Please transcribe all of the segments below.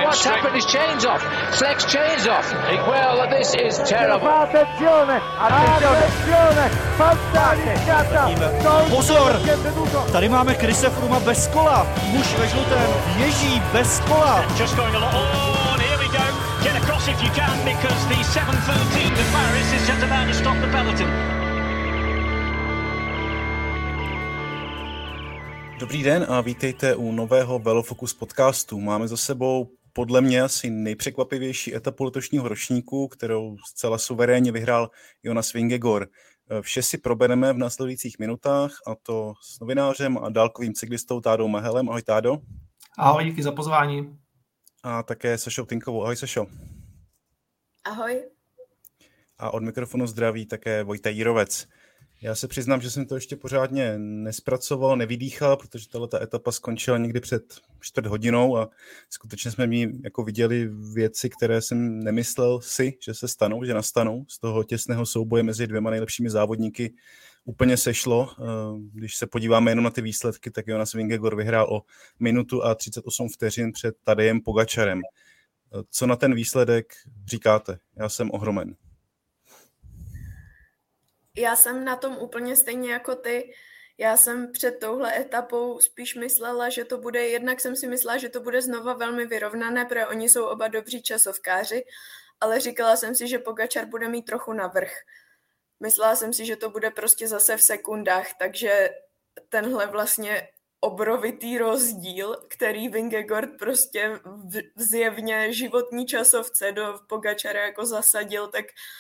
what's happened? His chain's off. Fleck's chain's off. Well, this is terrible. Attenzione, fantasticata. Pozor, tady máme Chrise Frooma bez kola. Muž ve žlutém ježí bez kola. Just going along. Oh, and here we go. Get across if you can, because the 7:13 to Paris is just about to stop the peloton. Dobrý den a vítejte u nového Velofocus podcastu. Máme za sebou podle mě asi nejpřekvapivější etapu letošního ročníku, kterou zcela suverénně vyhrál Jonas Vingegaard. Vše si probereme v následujících minutách, a to s novinářem a dálkovým cyklistou Tádou Mahelem. Ahoj Tádo. Ahoj, díky za pozvání. A také Sašou Tinkovou. Ahoj Sašo. Ahoj. A od mikrofonu zdraví také Vojta Jírovec. Já se přiznám, že jsem to ještě pořádně nespracoval, nevydýchal, protože tato etapa skončila někdy před 4 hodinou a skutečně jsme jako viděli věci, které jsem nemyslel si, že se stanou, že nastanou. Z toho těsného souboje mezi dvěma nejlepšími závodníky úplně sešlo. Když se podíváme jenom na ty výsledky, tak Jonas Vingegaard vyhrál o minutu a 38 vteřin před Tadejem Pogačarem. Co na ten výsledek říkáte? Já jsem ohromen. Já jsem na tom úplně stejně jako ty. Já jsem před touhle etapou spíš myslela, že to bude, jednak jsem si myslela, že to bude znova velmi vyrovnané, protože oni jsou oba dobří časovkáři, ale říkala jsem si, že Pogačar bude mít trochu navrch. Myslela jsem si, že to bude prostě zase v sekundách, takže tenhle vlastně obrovitý rozdíl, který Vingegaard prostě v zjevně životní časovce do Pogačara jako zasadil,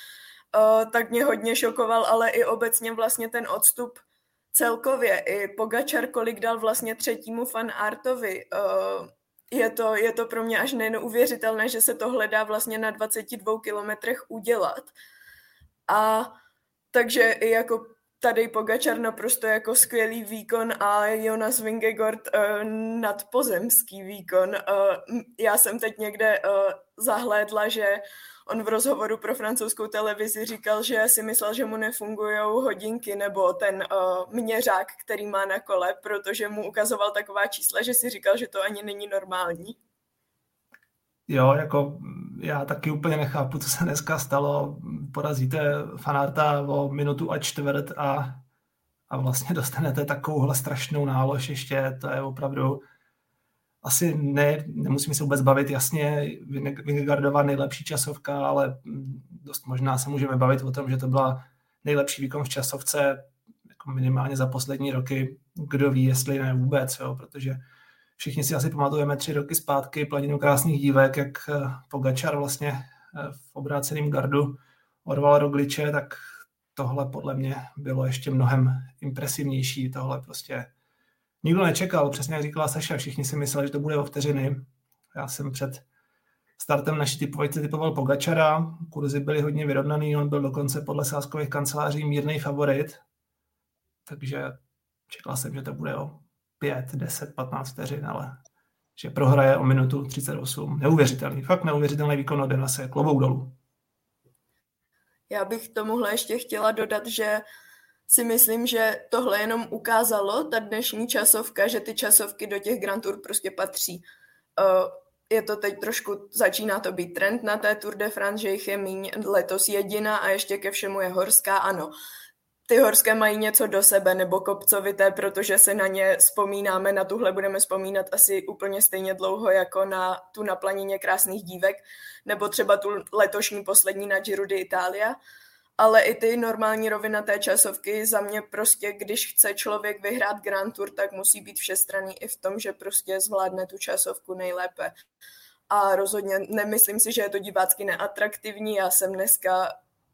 tak mě hodně šokoval, ale i obecně vlastně ten odstup celkově. I Pogačar, kolik dal vlastně třetímu Van Aertovi. Je to pro mě až neuvěřitelné, že se to hledá vlastně na 22 kilometrech udělat. A takže i jako tady Pogačar naprosto jako skvělý výkon a Jonas Vingegaard nadpozemský výkon. Já jsem teď někde zahlédla, že on v rozhovoru pro francouzskou televizi říkal, že si myslel, že mu nefungujou hodinky nebo ten měřák, který má na kole, protože mu ukazoval taková čísla, že si říkal, že to ani není normální. Jo, jako já taky úplně nechápu, co se dneska stalo. Porazíte Van Aerta o minutu a čtvrt a vlastně dostanete takovouhle strašnou nálož ještě. To je opravdu asi nemusíme se vůbec bavit, jasně Vingegaardova nejlepší časovka, ale dost možná se můžeme bavit o tom, že to byla nejlepší výkon v časovce jako minimálně za poslední roky. Kdo ví, jestli ne vůbec, jo, protože všichni si asi pamatujeme 3 roky zpátky Planinu krásných dívek, jak Pogačar vlastně v obráceném gardu orval Rogliče, tak tohle podle mě bylo ještě mnohem impresivnější. Tohle prostě nikdo nečekal, přesně jak říkala Saša, všichni si mysleli, že to bude o vteřiny. Já jsem před startem naší typovačce typoval Pogačara, kurzy byly hodně vyrovnaný, on byl dokonce podle sázkových kanceláří mírnej favorit, takže čekal jsem, že to bude o 5, 10, 15 vteřin, ale že prohraje o minutu 38. Neuvěřitelný, fakt neuvěřitelný výkon od Jonase, klobouk dolů. Já bych tomuhle ještě chtěla dodat, že si myslím, že tohle jenom ukázalo, ta dnešní časovka, že ty časovky do těch Grand Tour prostě patří. Je to teď trošku, začíná to být trend na té Tour de France, že jich je míň letos jediná a ještě ke všemu je horská, ano. Ty horské mají něco do sebe, nebo kopcovité, protože se na ně vzpomínáme, na tuhle budeme vzpomínat asi úplně stejně dlouho jako na tu na Planině krásných dívek, nebo třeba tu letošní poslední na Giro d'Italia. Ale i ty normální rovinaté časovky za mě prostě, když chce člověk vyhrát Grand Tour, tak musí být všestranný i v tom, že prostě zvládne tu časovku nejlépe. A rozhodně nemyslím si, že je to divácky neatraktivní. Já jsem dneska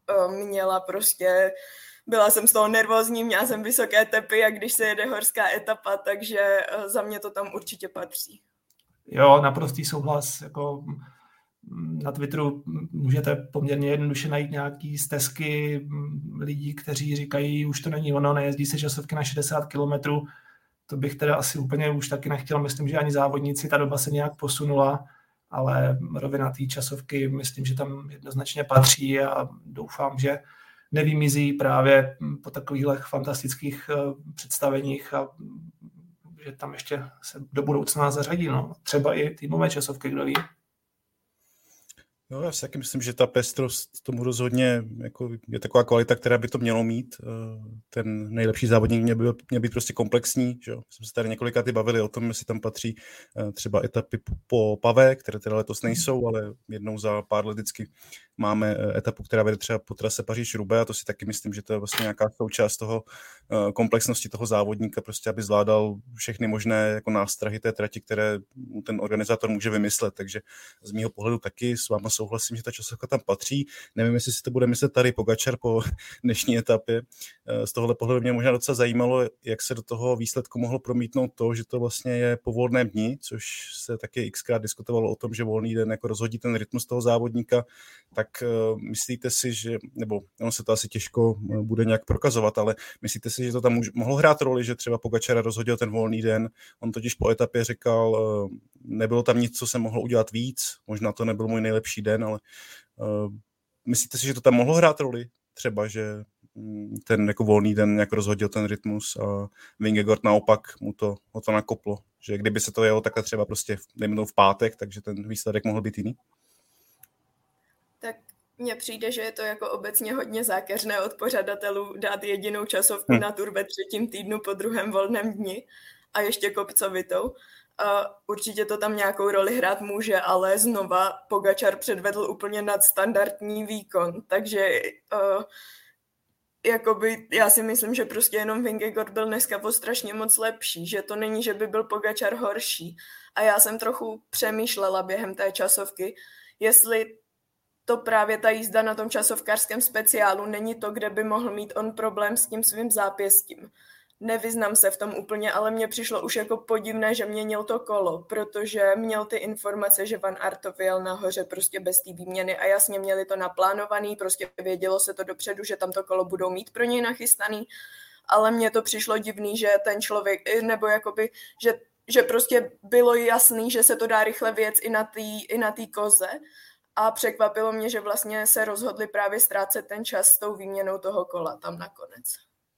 byla jsem z toho nervózní, měla jsem vysoké tepy, jak když se jede horská etapa, takže za mě to tam určitě patří. Jo, naprostý souhlas, jako na Twitteru můžete poměrně jednoduše najít nějaký stezky lidí, kteří říkají, už to není ono, nejezdí se časovky na 60 kilometrů. To bych teda asi úplně už taky nechtěl. Myslím, že ani závodníci, ta doba se nějak posunula, ale rovinatý časovky myslím, že tam jednoznačně patří a doufám, že nevymizí právě po takových fantastických představeních a že tam ještě se do budoucna zařadí. No. Třeba i týmové časovky, kdo ví. Jo, já si taky myslím, že ta pestrost tomu rozhodně jako je taková kvalita, která by to mělo mít. Ten nejlepší závodník měl být prostě komplexní. Že jo? Jsme se tady několikrát bavili o tom, jestli tam patří třeba etapy po Pavé, které teda letos nejsou, ale jednou za pár let vždycky máme etapu, která vede třeba po trase Paříž-Roubaix, a to si taky myslím, že to je vlastně nějaká součást toho komplexnosti toho závodníka, prostě aby zvládal všechny možné jako nástrahy té trati, které ten organizátor může vymyslet. Takže z mýho pohledu taky s váma souhlasím, že ta časovka tam patří. Nevím, jestli si to bude myslet tady Pogačar po dnešní etapě. Z tohohle pohledu mě možná docela zajímalo, jak se do toho výsledku mohlo promítnout to, že to vlastně je po volném dni, což se taky xkrát diskutovalo o tom, že volný den jako rozhodí ten rytmus toho závodníka. Tak myslíte si, že, nebo ono se to asi těžko bude nějak prokazovat, ale myslíte si, že to tam mohlo hrát roli, že třeba Pogačara rozhodil ten volný den? On totiž po etapě říkal, nebylo tam nic, co se mohlo udělat víc, možná to nebyl můj nejlepší den, ale myslíte si, že to tam mohlo hrát roli? Třeba, že ten jako volný den nějak rozhodil ten rytmus a Vingegaard naopak ho to nakoplo, že kdyby se to jelo takhle třeba prostě v pátek, takže ten výsledek mohl být jiný? Tak mně přijde, že je to jako obecně hodně zákeřné od pořadatelů dát jedinou časovku na Tour ve 3. týdnu po druhém volném dni a ještě kopcovitou. Určitě to tam nějakou roli hrát může, ale znova Pogačar předvedl úplně nadstandardní výkon, takže jakoby já si myslím, že prostě jenom Vingegaard byl dneska strašně moc lepší, že to není, že by byl Pogačar horší. A já jsem trochu přemýšlela během té časovky, jestli to právě ta jízda na tom časovkářském speciálu není to, kde by mohl mít on problém s tím svým zápěstím. Nevyznám se v tom úplně, ale mně přišlo už jako podivné, že měnil to kolo, protože měl ty informace, že Van Aert jel nahoře prostě bez té výměny a jasně měli to naplánovaný, prostě vědělo se to dopředu, že tam to kolo budou mít pro něj nachystaný, ale mně to přišlo divný, že ten člověk, nebo jakoby, že prostě bylo jasný, že se to dá rychle věc i na té koze. A překvapilo mě, že vlastně se rozhodli právě ztrácet ten čas s tou výměnou toho kola tam nakonec.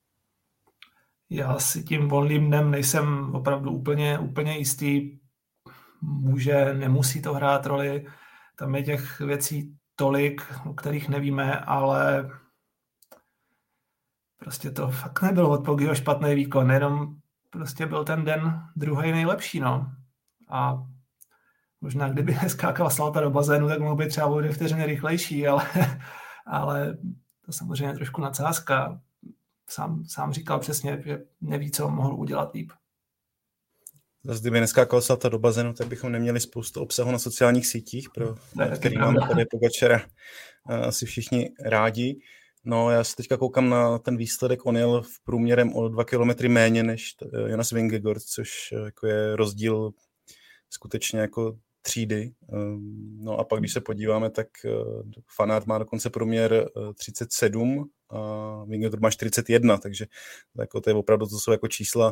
Já si tím volným dnem nejsem opravdu úplně jistý. Nemusí to hrát roli. Tam je těch věcí tolik, o kterých nevíme, ale prostě to fakt nebylo od Pogyho špatný výkon, jenom prostě byl ten den druhý nejlepší, no. A možná kdyby neskákal Salta do bazénu, tak mohl být třeba o 2 vteřiny rychlejší, ale to samozřejmě trošku nadsázka. Sám říkal přesně, že neví, co mohl udělat líp. Zase kdyby neskákal Salta do bazénu, tak bychom neměli spoustu obsahu na sociálních sítích, který máme tady Pogačara asi všichni rádi. No, já se teďka koukám na ten výsledek, on jel v průměrem o 2 kilometry méně než Jonas Vingegaard, což jako je rozdíl skutečně jako třídy. No a pak, když se podíváme, tak Van Aert má dokonce průměr 37 a Vingegaard má 41, takže jako to je opravdu, to jsou jako čísla,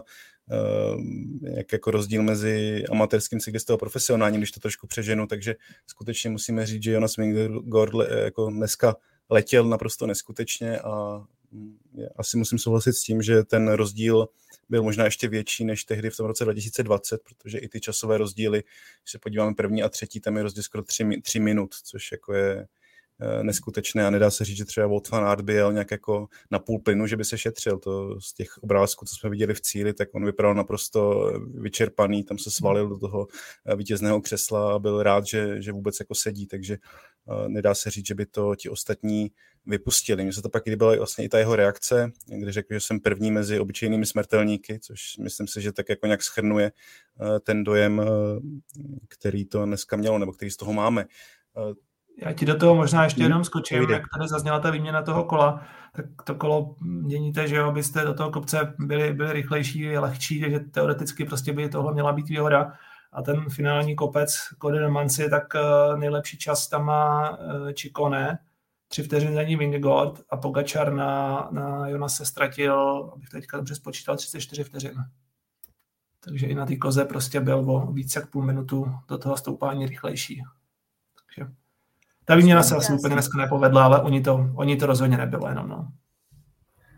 jak jako rozdíl mezi amatérským cyklistou a profesionálním, když to trošku přeženu, takže skutečně musíme říct, že Jonas Vingegaard jako dneska letěl naprosto neskutečně a asi musím souhlasit s tím, že ten rozdíl byl možná ještě větší než tehdy v tom roce 2020, protože i ty časové rozdíly, když se podíváme první a třetí, tam je rozdíl skoro 3 minut, což jako je neskutečné a nedá se říct, že třeba Wout van Aert by jel nějak jako na půl plynu, že by se šetřil. To z těch obrázků, co jsme viděli v cíli, tak on vypadal naprosto vyčerpaný, tam se svalil do toho vítězného křesla a byl rád, že vůbec jako sedí, takže nedá se říct, že by to ti ostatní vypustili. Mně se to pak líbila vlastně i ta jeho reakce, kdy řekl, že jsem první mezi obyčejnými smrtelníky, což myslím si, že tak jako nějak shrnuje ten dojem, který to dneska mělo, nebo který z toho máme. Já ti do toho možná ještě jenom skočím, jak tady zazněla ta výměna toho kola, tak to kolo měníte, že jo, abyste do toho kopce byli rychlejší, lehčí, takže teoreticky prostě by tohle měla být výhoda. A ten finální kopec Col de Manci, tak nejlepší čas tam má Ciccone, 3 vteřiny za ní Vingegaard a Pogačar na Jonas se ztratil, abych teďka dobře spočítal, 34 vteřin. Takže i na té koze prostě byl o víc jak půl minutu do toho stoupání rychlejší. Takže ta výměna se asi úplně dneska nepovedla, ale oni to rozhodně nebylo jenom, no.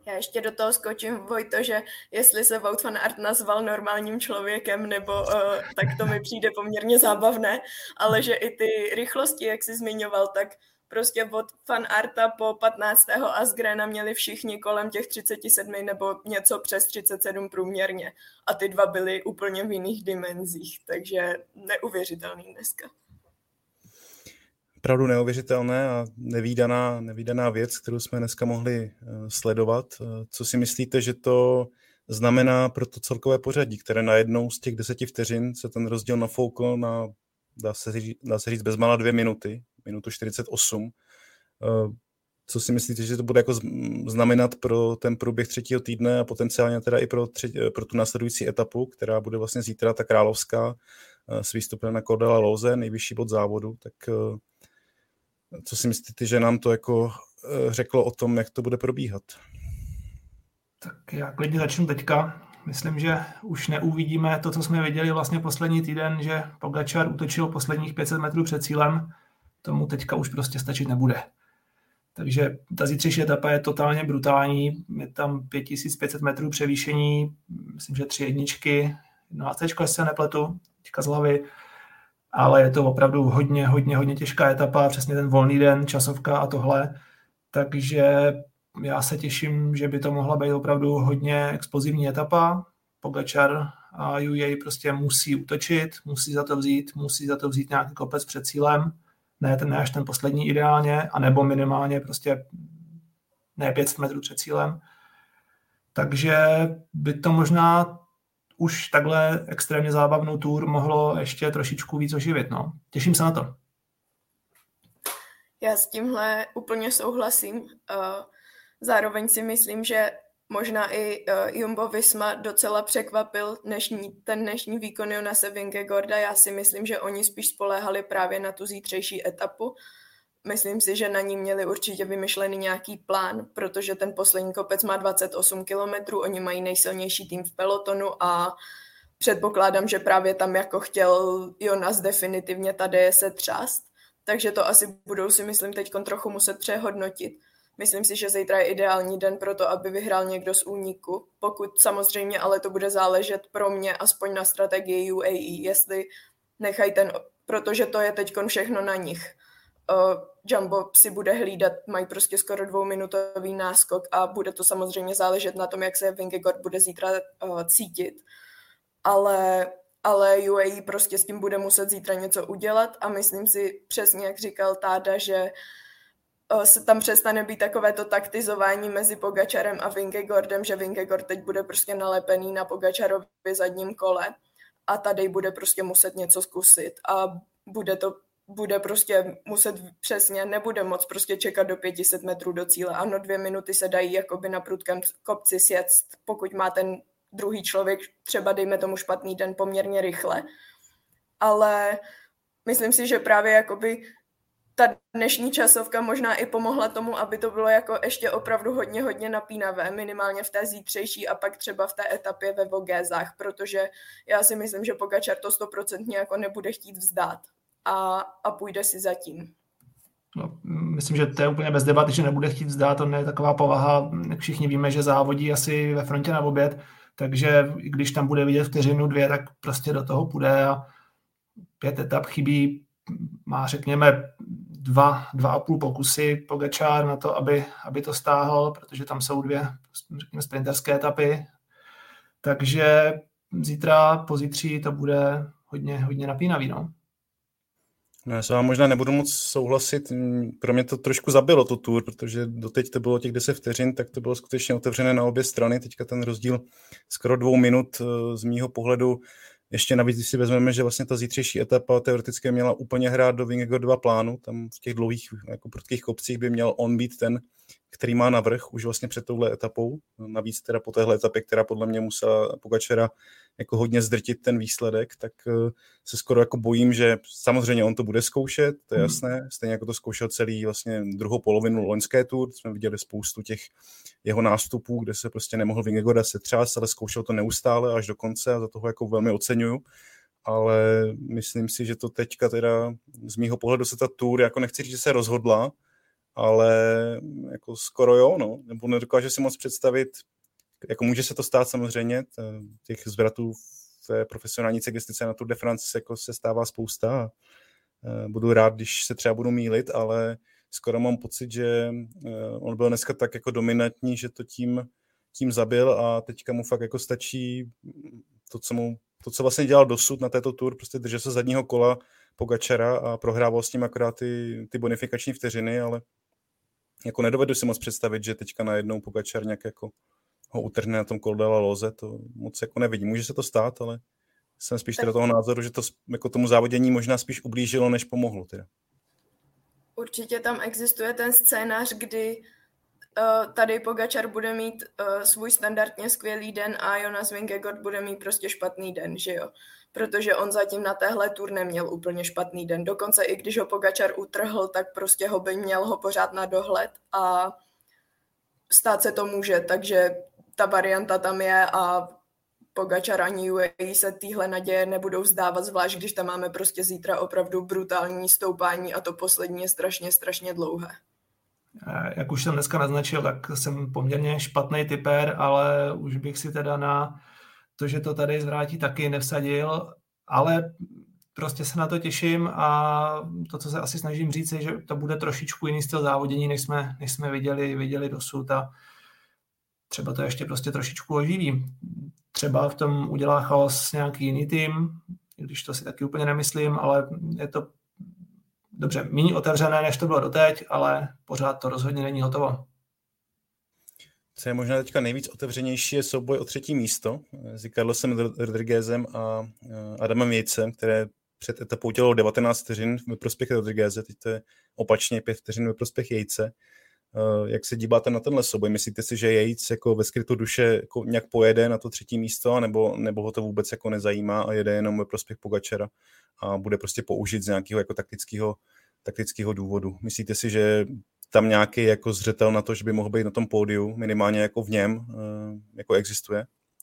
Já ještě do toho skočím, Vojto, že jestli se Wout van Aert nazval normálním člověkem, nebo tak to mi přijde poměrně zábavné, ale že i ty rychlosti, jak jsi zmiňoval, tak prostě od Van Aerta po 15. Asgrena měli všichni kolem těch 37 nebo něco přes 37 průměrně. A ty dva byly úplně v jiných dimenzích, takže neuvěřitelný dneska. Opravdu neuvěřitelné a nevídaná věc, kterou jsme dneska mohli sledovat. Co si myslíte, že to znamená pro to celkové pořadí, které najednou z těch 10 vteřin se ten rozdíl nafoukl na, dá se říct, bezmála 2 minuty, minutu 48. Co si myslíte, že to bude jako znamenat pro ten průběh 3. týdne a potenciálně teda i pro tu následující etapu, která bude vlastně zítra ta královská s výstupem na Col de la Loze, nejvyšší bod závodu, tak co si myslíte, že nám to jako řeklo o tom, jak to bude probíhat? Tak já klidně začnu teďka. Myslím, že už neuvidíme to, co jsme viděli vlastně poslední týden, že Pogačar útočil posledních 500 metrů před cílem. Tomu teďka už prostě stačit nebude. Takže ta zítřejší etapa je totálně brutální. Je tam 5500 metrů převýšení, myslím, že 3 jedničky, 12, jestli se nepletu, teďka z hlavy. Ale je to opravdu hodně těžká etapa, přesně ten volný den, časovka a tohle. Takže já se těším, že by to mohla být opravdu hodně explozivní etapa. Pogačar a UAE prostě musí útočit, musí za to vzít nějaký kopec před cílem. Ne až ten poslední ideálně, anebo minimálně prostě ne 500 metrů před cílem. Takže by to možná už takhle extrémně zábavnou tour mohlo ještě trošičku víc oživit. No. Těším se na to. Já s tímhle úplně souhlasím. Zároveň si myslím, že možná i Jumbo-Visma docela překvapil ten dnešní výkon Jonase Vingegaarda. Já si myslím, že oni spíš spoléhali právě na tu zítřejší etapu. Myslím si, že na ní měli určitě vymyšlený nějaký plán, protože ten poslední kopec má 28 kilometrů, oni mají nejsilnější tým v pelotonu a předpokládám, že právě tam jako chtěl Jonas definitivně Tadeje se třást, takže to asi budou si myslím teď trochu muset přehodnotit. Myslím si, že zítra je ideální den pro to, aby vyhrál někdo z úniku, pokud samozřejmě ale to bude záležet pro mě aspoň na strategii UAE, jestli nechají protože to je teď všechno na nich. Jumbo si bude hlídat, mají prostě skoro 2minutový náskok a bude to samozřejmě záležet na tom, jak se Vingegaard bude zítra cítit. Ale UAE prostě s tím bude muset zítra něco udělat a myslím si přesně, jak říkal Táda, že se tam přestane být takové to taktizování mezi Pogačarem a Vingegaardem, že Vingegaard teď bude prostě nalepený na Pogačarovi zadním kole a tady bude prostě muset něco zkusit a bude prostě muset přesně, nebude moc prostě čekat do 500 metrů do cíle. Ano, 2 minuty se dají jakoby na prudkém kopci sjet, pokud má ten druhý člověk třeba dejme tomu špatný den poměrně rychle. Ale myslím si, že právě jakoby ta dnešní časovka možná i pomohla tomu, aby to bylo jako ještě opravdu hodně napínavé, minimálně v té zítřejší a pak třeba v té etapě ve Vogézách, protože já si myslím, že Pogačar to 100% jako nebude chtít vzdát a půjde si za tím. No, myslím, že to je úplně bez debaty, že nebude chtít vzdát, to je taková povaha, jak všichni víme, že závodí asi ve frontě na oběd, takže když tam bude vidět vteřinu 2, tak prostě do toho půjde a 5 etap chybí, má řekněme 2,5 pokusy Pogačar na to, aby to stáhl, protože tam jsou 2 řekněme, sprinterské etapy. Takže zítra, pozítří to bude hodně napínavý. No. Já se vám možná nebudu moc souhlasit, pro mě to trošku zabilo tu tour, protože doteď to bylo těch 10 vteřin, tak to bylo skutečně otevřené na obě strany, teďka ten rozdíl skoro 2 minut z mýho pohledu. Ještě navíc, když si vezmeme, že vlastně ta zítřejší etapa teoreticky měla úplně hrát do Vingegaardova plánu, tam v těch dlouhých jako prudkých kopcích by měl on být ten, který má navrch už vlastně před touhle etapou. Navíc teda po téhle etapě, která podle mě musela Pogačara jako hodně zdrtit ten výsledek, tak se skoro jako bojím, že samozřejmě on to bude zkoušet, to je jasné, stejně jako to zkoušel celý vlastně druhou polovinu loňské tour, jsme viděli spoustu těch jeho nástupů, kde se prostě nemohl Vingegaarda setřást, ale zkoušel to neustále až do konce a za toho jako velmi oceňuju. Ale myslím si, že to teďka teda z mýho pohledu se ta tour, jako nechci říct, že se rozhodla, ale jako skoro jo, no. Nebo nedokážu si moc představit, jako může se to stát samozřejmě, těch zvratů v profesionální cyklistice na Tour de France jako se stává spousta a budu rád, když se třeba budu mýlit, ale skoro mám pocit, že on byl dneska tak jako dominantní, že to tím zabil a teďka mu fakt jako stačí to, co vlastně dělal dosud na této Tour, prostě držel se zadního kola Pogačara a prohrával s ním akorát ty bonifikační vteřiny, ale jako nedovedu si moc představit, že teďka najednou Pogačar nějak jako ho utrhne na tom Col de la Loze, to moc jako nevidím. Může se to stát, ale jsem spíš teda toho názoru, že to jako tomu závodění možná spíš ublížilo, než pomohlo teda. Určitě tam existuje ten scénář, kdy tady Pogačar bude mít svůj standardně skvělý den a Jonas Vingegaard bude mít prostě špatný den, že jo? Protože on zatím na téhle Tour neměl úplně špatný den. Dokonce i když ho Pogačar utrhl, tak prostě měl ho pořád na dohled a stát se to může, takže ta varianta tam je a Pogačar ani UAE se téhle naděje nebudou vzdávat, zvlášť když tam máme prostě zítra opravdu brutální stoupání a to poslední je strašně, strašně dlouhé. Jak už jsem dneska naznačil, tak jsem poměrně špatný tipér, ale už bych si teda na to, že to tady zvrátí, taky nevsadil, ale prostě se na to těším a to, co se asi snažím říct, je, že to bude trošičku jiný styl závodění, než jsme viděli dosud a třeba to ještě prostě trošičku oživí. Třeba v tom udělá chaos nějaký jiný tým, když to si taky úplně nemyslím, ale je to dobře, méně otevřené, než to bylo doteď, ale pořád to rozhodně není hotovo. Co je možná teďka nejvíc otevřenější, je souboj o 3. místo s Carlosem Rodriguezem a Adamem Yatesem, které před etapou dělalo 19 vteřin ve prospěch Rodrigueze, teď to je opačně 5 vteřin ve prospěch Yatese. Jak se díváte na tenhle souboj? Myslíte si, že Yates jako ve skrytu duše jako nějak pojede na to 3. místo, nebo ho to vůbec jako nezajímá a jede jenom ve prospěch Pogačara a bude prostě použít z nějakého jako taktického důvodu? Myslíte si, že tam nějaký jako zřetel na to, že by mohl být na tom pódiu, minimálně jako v něm, jako existuje?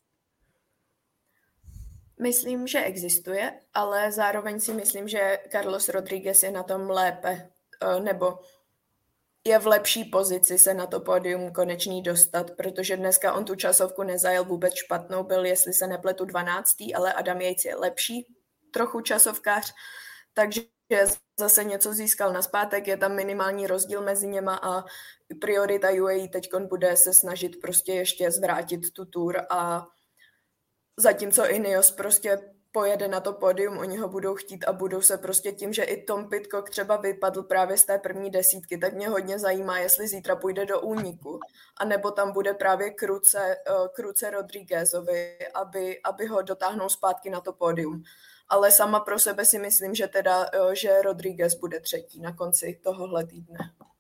Myslím, že existuje, ale zároveň si myslím, že Carlos Rodriguez je na tom lépe, nebo je v lepší pozici se na to pódium konečný dostat, protože dneska on tu časovku nezajel vůbec špatnou, byl, jestli se nepletu, 12., ale Adam Yates je lepší trochu časovkář, takže zase něco získal nazpátek, je tam minimální rozdíl mezi něma a priorita UAE teďkon bude se snažit prostě ještě zvrátit tu Tour a zatímco Ineos prostě pojede na to pódium, oni ho budou chtít a budou se prostě tím, že i Tom Pidcock třeba vypadl právě z té první 10, tak mě hodně zajímá, jestli zítra půjde do úniku, anebo tam bude právě kruce Rodriguezovi, aby ho dotáhnul zpátky na to pódium. Ale sama pro sebe si myslím, že Rodriguez bude 3. na konci tohohle týdne.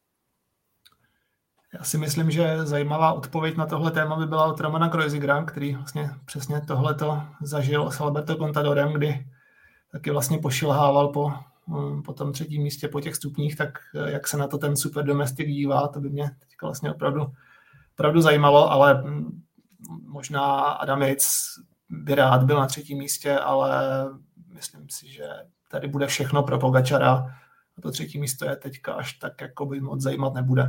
Já si myslím, že zajímavá odpověď na tohle téma by byla od Romana Kreuzigra, který vlastně přesně tohleto zažil s Alberto Contadorem, kdy taky vlastně pošilhával po tom 3. místě po těch stupních, tak jak se na to ten super domestik dívá, to by mě teďka vlastně opravdu zajímalo, ale možná Adam Yates by rád byl na 3. místě, ale myslím si, že tady bude všechno pro Pogačara a to 3. místo je teďka až tak jako by moc zajímat nebude.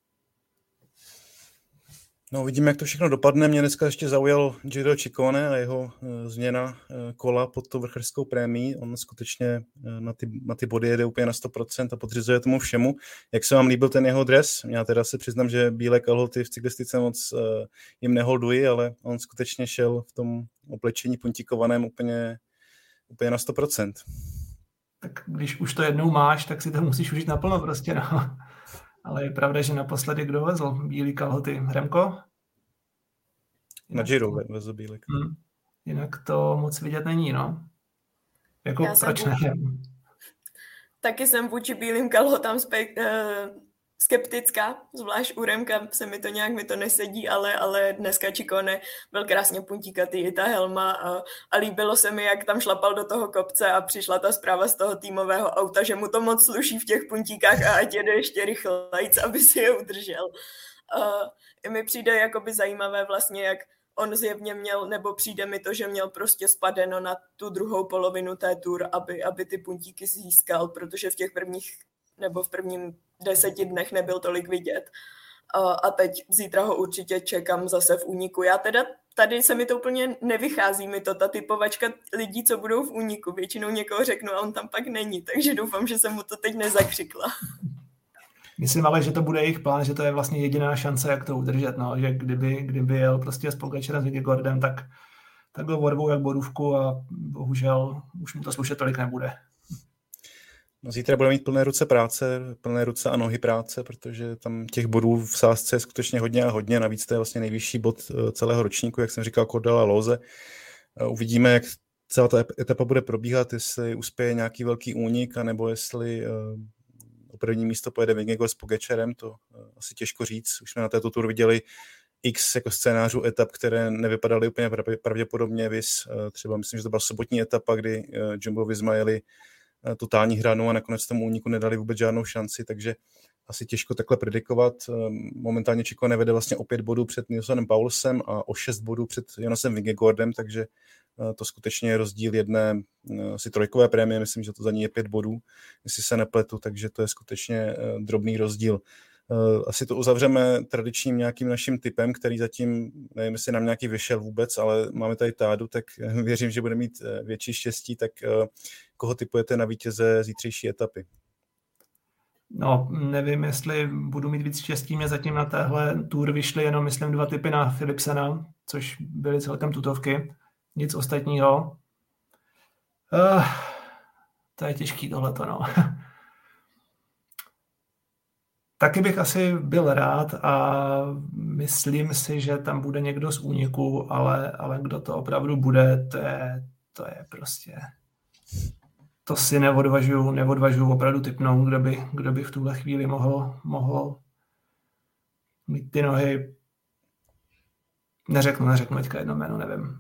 No, vidíme, jak to všechno dopadne. Mě dneska ještě zaujal Giro Ciccone a jeho změna kola pod tou vrchařskou prémií. On skutečně na ty body jede úplně na 100% a podřizuje tomu všemu. Jak se vám líbil ten jeho dres? Já teda se přiznám, že bílé kalhoty v cyklistice moc jim neholduji, ale on skutečně šel v tom oblečení puntíkovaném úplně na 100%. Tak když už to jednou máš, tak si to musíš užít naplno prostě, no. Ale je pravda, že naposledy kdo vezl bílý kalhoty? Remko? Na Giro vezl bílý. Jinak to moc vidět není, no. Jako proč ne? Taky jsem vůči bílým kalhotám skeptická, zvlášť u Remka se mi to nesedí, ale dneska Ciccone byl krásně puntíkatý i ta helma a líbilo se mi, jak tam šlapal do toho kopce a přišla ta zpráva z toho týmového auta, že mu to moc sluší v těch puntíkách a ať jede ještě rychlejc, aby si je udržel. Mi přijde jakoby zajímavé vlastně, jak on zjevně měl, nebo přijde mi to, že měl prostě spadeno na tu druhou polovinu té Tour, aby ty puntíky získal, protože v těch prvních nebo v prvním 10 dnech nebyl tolik vidět. A teď zítra ho určitě čekám zase v úniku. Já teda tady se mi to úplně nevychází, mi to ta typovačka lidí, co budou v úniku. Většinou někoho řeknu a on tam pak není, takže doufám, že jsem mu to teď nezakřikla. Myslím ale, že to bude jejich plán, že to je vlastně jediná šance, jak to udržet. No. Že kdyby jel prostě s Pogačarem s Vingegaardem, tak ho odvou jak borůvku a bohužel už mu to slušet tolik nebude. No, zítra bude mít plné ruce a nohy práce, protože tam těch bodů v sázce je skutečně hodně a hodně. Navíc to je vlastně nejvyšší bod celého ročníku, jak jsem říkal, Cordala Loze. Uvidíme, jak celá ta etapa bude probíhat, jestli uspěje nějaký velký únik, anebo jestli o první místo pojede Vingegaard s Pogačarem, to asi těžko říct. Už jsme na této tour viděli x jako scénářů etap, které nevypadaly úplně pravděpodobně. Třeba myslím, že to byla sobotní etapa, kdy Jumbo-Visma jeli totální hranu a nakonec tomu úniku nedali vůbec žádnou šanci, takže asi těžko takhle predikovat. Momentálně Čiko nevede vlastně o 5 bodů před Nilsonem Paulsem a o 6 bodů před Jonasem Vingegaardem, takže to skutečně je rozdíl jedné asi trojkové prémie, myslím, že to za ní je 5 bodů, jestli se nepletu, takže to je skutečně drobný rozdíl. Asi to uzavřeme tradičním nějakým naším tipem, který zatím, nevím, jestli nám nějaký vyšel vůbec, ale máme tady Tádu, tak věřím, že bude mít větší štěstí, tak koho tipujete na vítěze zítřejší etapy? No, nevím, jestli budu mít víc štěstí, mě zatím na téhle tour vyšly jenom, myslím, 2 tipy na Philipsena, což byly celkem tutovky, nic ostatního. To je těžký tohleto, no. Taky bych asi byl rád a myslím si, že tam bude někdo z úniku, ale kdo to opravdu bude, to je prostě... To si neodvažuju opravdu tipnout, kdo by v tuhle chvíli mohl mít ty nohy. Neřeknu teďka jedno jméno, nevím.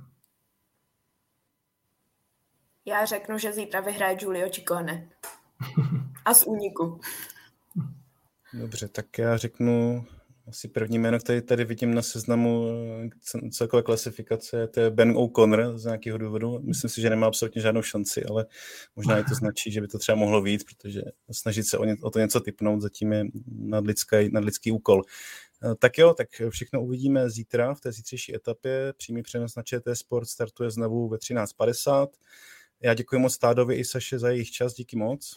Já řeknu, že zítra vyhraje Giulio Ciccone. A z úniku. Dobře, tak já řeknu asi první jméno, který tady vidím na seznamu celkové klasifikace, to je Ben O'Connor z nějakého důvodu. Myslím si, že nemá absolutně žádnou šanci, ale možná i to značí, že by to třeba mohlo víc, protože snažit se o to něco tipnout zatím je nadlidský úkol. Tak jo, tak všechno uvidíme zítra v té zítřejší etapě. Přímý přenos na ČT Sport startuje znovu ve 13:50. Já děkuji moc Tádovi i Saše za jejich čas, díky moc.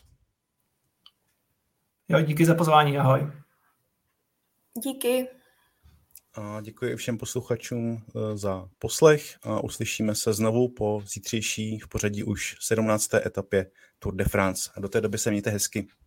Jo, díky za pozvání, ahoj. Díky. A děkuji i všem posluchačům za poslech a uslyšíme se znovu po zítřejší v pořadí už 17. etapě Tour de France. A do té doby se mějte hezky.